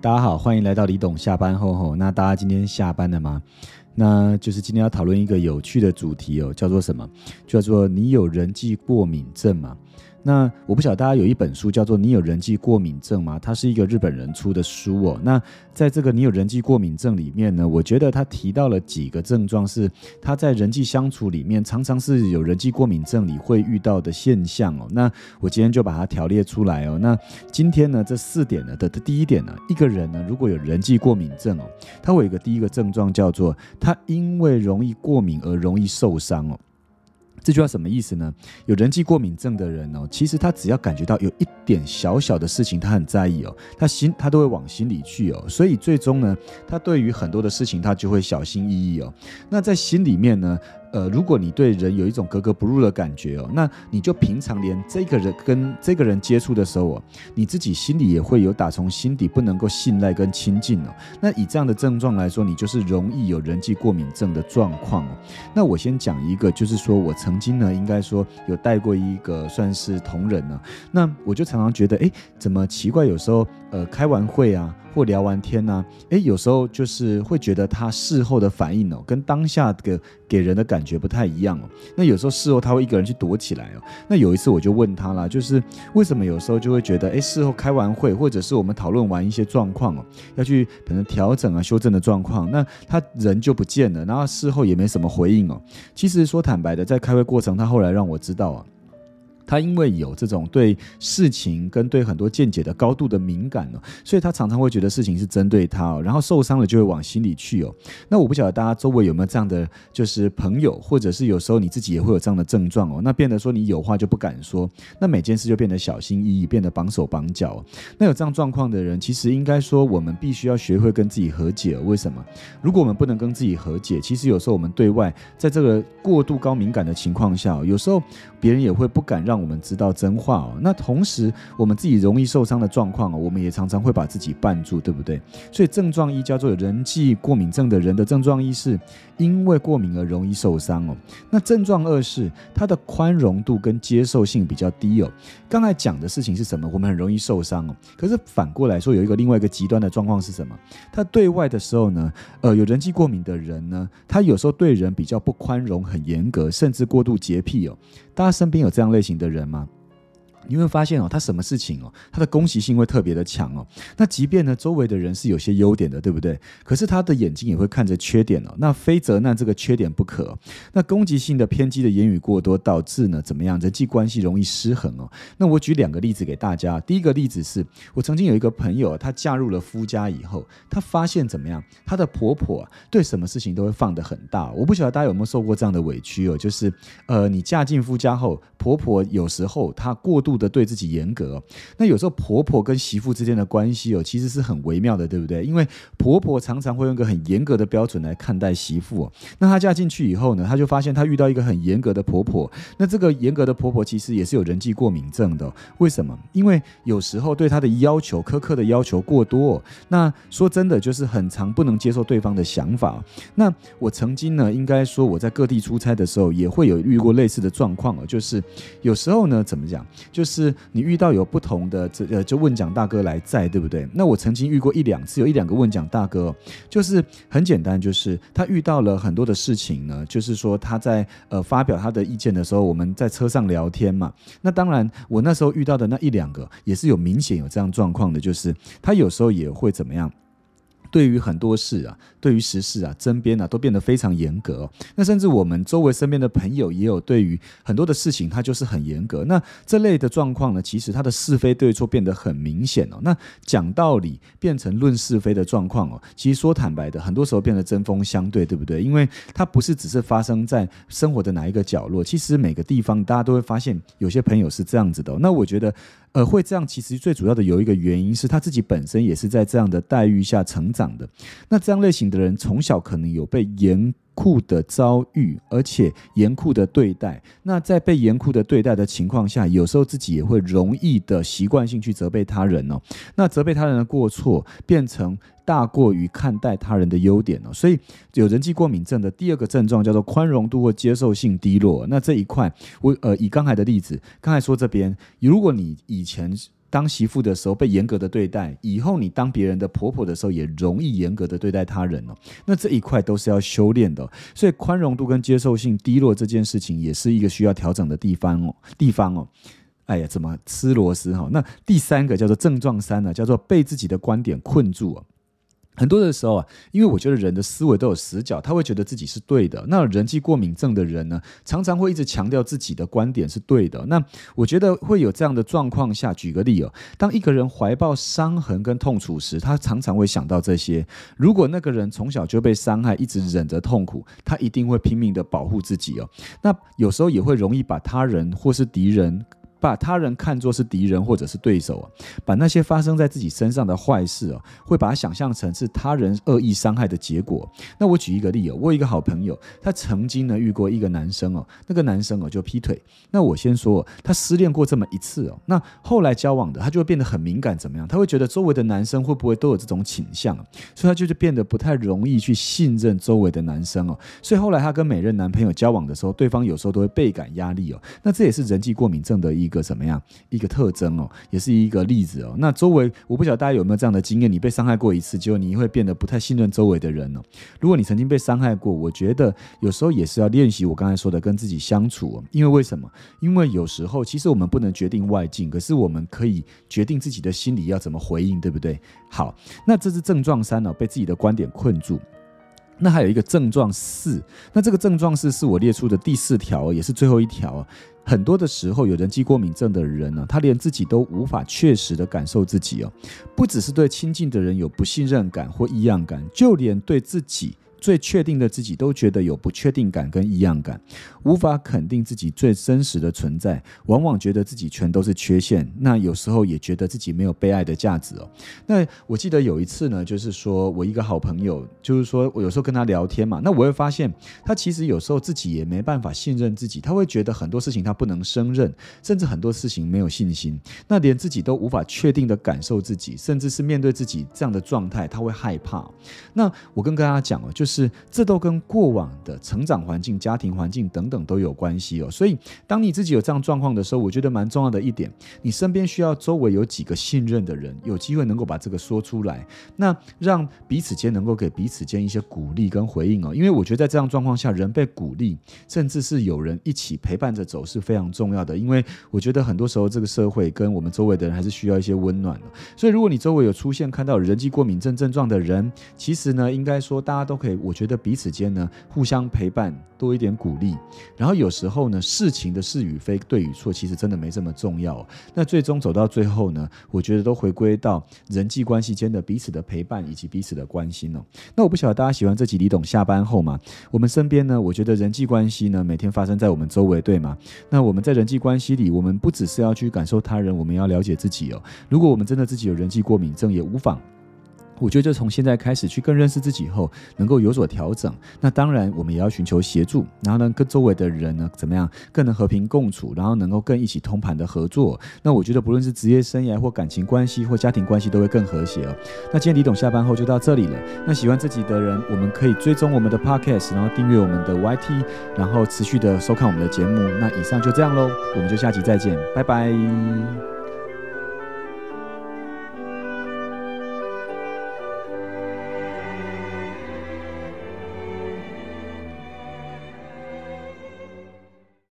大家好，欢迎来到李董下班后。那大家今天下班了吗？那就是今天要讨论一个有趣的主题叫做什么？叫做你有人际过敏症吗？那我不晓得大家有一本书叫做《你有人际过敏症吗》？它是一个日本人出的书那在这个你有人际过敏症里面呢，我觉得他提到了几个症状，是他在人际相处里面常常是有人际过敏症里会遇到的现象那我今天就把它条列出来那今天呢，这4点呢的第一点呢，一个人呢如果有人际过敏症他会有一个第一个症状叫做他因为容易过敏而容易受伤这句话什么意思呢？有人际过敏症的人其实他只要感觉到有一点小小的事情他很在意他都会往心里去所以最终呢，他对于很多的事情他就会小心翼翼那在心里面呢如果你对人有一种格格不入的感觉那你就平常连这个人跟这个人接触的时候你自己心里也会有打从心底不能够信赖跟亲近那以这样的症状来说，你就是容易有人际过敏症的状况那我先讲一个，就是说我曾经呢，应该说有带过一个算是同仁那我就常常觉得怎么奇怪，有时候开完会或聊完天有时候就是会觉得他事后的反应跟当下的给人的感觉不太一样那有时候事后他会一个人去躲起来那有一次我就问他啦，就是为什么有时候就会觉得事后开完会或者是我们讨论完一些状况要去可能调整修正的状况，那他人就不见了，然后事后也没什么回应其实说坦白的，在开会过程他后来让我知道他因为有这种对事情跟对很多见解的高度的敏感所以他常常会觉得事情是针对他然后受伤了就会往心里去那我不晓得大家周围有没有这样的就是朋友，或者是有时候你自己也会有这样的症状那变得说你有话就不敢说，那每件事就变得小心翼翼，变得绑手绑脚那有这样状况的人，其实应该说我们必须要学会跟自己和解为什么？如果我们不能跟自己和解，其实有时候我们对外在这个过度高敏感的情况下有时候别人也会不敢让我们知道真话那同时我们自己容易受伤的状况我们也常常会把自己绊住，对不对？所以症状一叫做有人际过敏症的人的症状一是因为过敏而容易受伤那症状2是他的宽容度跟接受性比较低刚才讲的事情是什么？我们很容易受伤可是反过来说，有另外一个极端的状况是什么？他对外的时候呢有人际过敏的人呢，他有时候对人比较不宽容，很严格，甚至过度洁癖大家身边有这样类型的人吗？你会发现他什么事情他的攻击性会特别的强那即便呢周围的人是有些优点的，对不对？可是他的眼睛也会看着缺点那非责难这个缺点不可那攻击性的偏激的言语过多，导致呢怎么样？人际关系容易失衡那我举2个例子给大家。第一个例子是我曾经有一个朋友，她嫁入了夫家以后，她发现怎么样？她的婆婆对什么事情都会放得很大我不晓得大家有没有受过这样的委屈就是你嫁进夫家后，婆婆有时候她过度的对自己严格那有时候婆婆跟媳妇之间的关系其实是很微妙的，对不对？因为婆婆常常会用一个很严格的标准来看待媳妇那她嫁进去以后呢，她就发现她遇到一个很严格的婆婆，那这个严格的婆婆其实也是有人际过敏症的为什么？因为有时候对她的要求苛刻的要求过多那说真的就是很常不能接受对方的想法那我曾经呢，应该说我在各地出差的时候也会有遇过类似的状况就是有时候呢怎么讲，就是你遇到有不同的就问讲大哥来载，对不对？那我曾经遇过1-2次，有1-2个问讲大哥就是很简单，就是他遇到了很多的事情呢，就是说他在发表他的意见的时候，我们在车上聊天嘛。那当然我那时候遇到的那1-2个也是有明显有这样状况的，就是他有时候也会怎么样，对于很多事对于时事争辩都变得非常严格那甚至我们周围身边的朋友也有对于很多的事情他就是很严格那这类的状况呢，其实他的是非对错变得很明显那讲道理变成论是非的状况其实说坦白的，很多时候变得针锋相对，对不对？因为它不是只是发生在生活的哪一个角落，其实每个地方大家都会发现有些朋友是这样子的那我觉得会这样，其实最主要的有一个原因是他自己本身也是在这样的待遇下成长的。那这样类型的人从小可能有被严酷的遭遇，而且严酷的对待。那在被严酷的对待的情况下，有时候自己也会容易的习惯性去责备他人那责备他人的过错变成大过于看待他人的优点所以有人际过敏症的第2个症状叫做宽容度或接受性低落。那这一块我以刚才的例子，刚才说这边，如果你以前当媳妇的时候被严格的对待，以后你当别人的婆婆的时候也容易严格的对待他人那这一块都是要修炼的所以宽容度跟接受性低落这件事情也是一个需要调整的地方哎呀，怎么吃螺丝那第三个叫做症状3呢，叫做被自己的观点困住很多的时候因为我觉得人的思维都有死角，他会觉得自己是对的。那人际过敏症的人呢，常常会一直强调自己的观点是对的。那我觉得会有这样的状况下，举个例当一个人怀抱伤痕跟痛楚时，他常常会想到这些。如果那个人从小就被伤害，一直忍着痛苦，他一定会拼命的保护自己那有时候也会容易把他人或是敌人把他人看作是敌人或者是对手把那些发生在自己身上的坏事会把它想象成是他人恶意伤害的结果。那我举一个例我有一个好朋友，他曾经呢遇过一个男生那个男生就劈腿。那我先说他失恋过这么一次那后来交往的他就会变得很敏感，怎么样？他会觉得周围的男生会不会都有这种倾向所以他就变得不太容易去信任周围的男生所以后来他跟每任男朋友交往的时候，对方有时候都会倍感压力那这也是人际过敏症的一个怎么样一个特征也是一个例子那周围我不晓得大家有没有这样的经验，你被伤害过一次，结果你会变得不太信任周围的人如果你曾经被伤害过，我觉得有时候也是要练习我刚才说的跟自己相处因为为什么？因为有时候其实我们不能决定外境，可是我们可以决定自己的心里要怎么回应，对不对？好，那这是症状3被自己的观点困住。那还有一个症状4，那这个症状4是我列出的第4条，也是最后一条很多的时候有人际过敏症的人他连自己都无法确实的感受自己不只是对亲近的人有不信任感或异样感，就连对自己最确定的自己都觉得有不确定感跟异样感，无法肯定自己最真实的存在，往往觉得自己全都是缺陷，那有时候也觉得自己没有被爱的价值那我记得有一次呢，就是说我一个好朋友，就是说我有时候跟他聊天嘛，那我会发现他其实有时候自己也没办法信任自己，他会觉得很多事情他不能胜任，甚至很多事情没有信心，那连自己都无法确定的感受自己，甚至是面对自己这样的状态，他会害怕。那我跟大家讲就是这都跟过往的成长环境、家庭环境等等都有关系所以当你自己有这样状况的时候，我觉得蛮重要的一点，你身边需要周围有几个信任的人，有机会能够把这个说出来，那让彼此间能够给彼此间一些鼓励跟回应因为我觉得在这样状况下，人被鼓励，甚至是有人一起陪伴着走是非常重要的，因为我觉得很多时候这个社会跟我们周围的人还是需要一些温暖所以如果你周围有出现看到人际过敏症症状的人，其实呢应该说大家都可以，我觉得彼此间呢互相陪伴，多一点鼓励，然后有时候呢事情的是与非对与错其实真的没这么重要那最终走到最后呢，我觉得都回归到人际关系间的彼此的陪伴以及彼此的关心那我不晓得大家喜欢这集李董下班后吗？我们身边呢，我觉得人际关系呢每天发生在我们周围，对吗？那我们在人际关系里，我们不只是要去感受他人，我们要了解自己如果我们真的自己有人际过敏症，也无妨我觉得就从现在开始去更认识自己后，能够有所调整。那当然我们也要寻求协助，然后呢跟周围的人呢怎么样更能和平共处，然后能够更一起通盘的合作。那我觉得不论是职业生涯或感情关系或家庭关系都会更和谐那今天李董下班后就到这里了。那喜欢这集的人，我们可以追踪我们的 podcast， 然后订阅我们的 YT， 然后持续的收看我们的节目。那以上就这样咯，我们就下集再见，拜拜。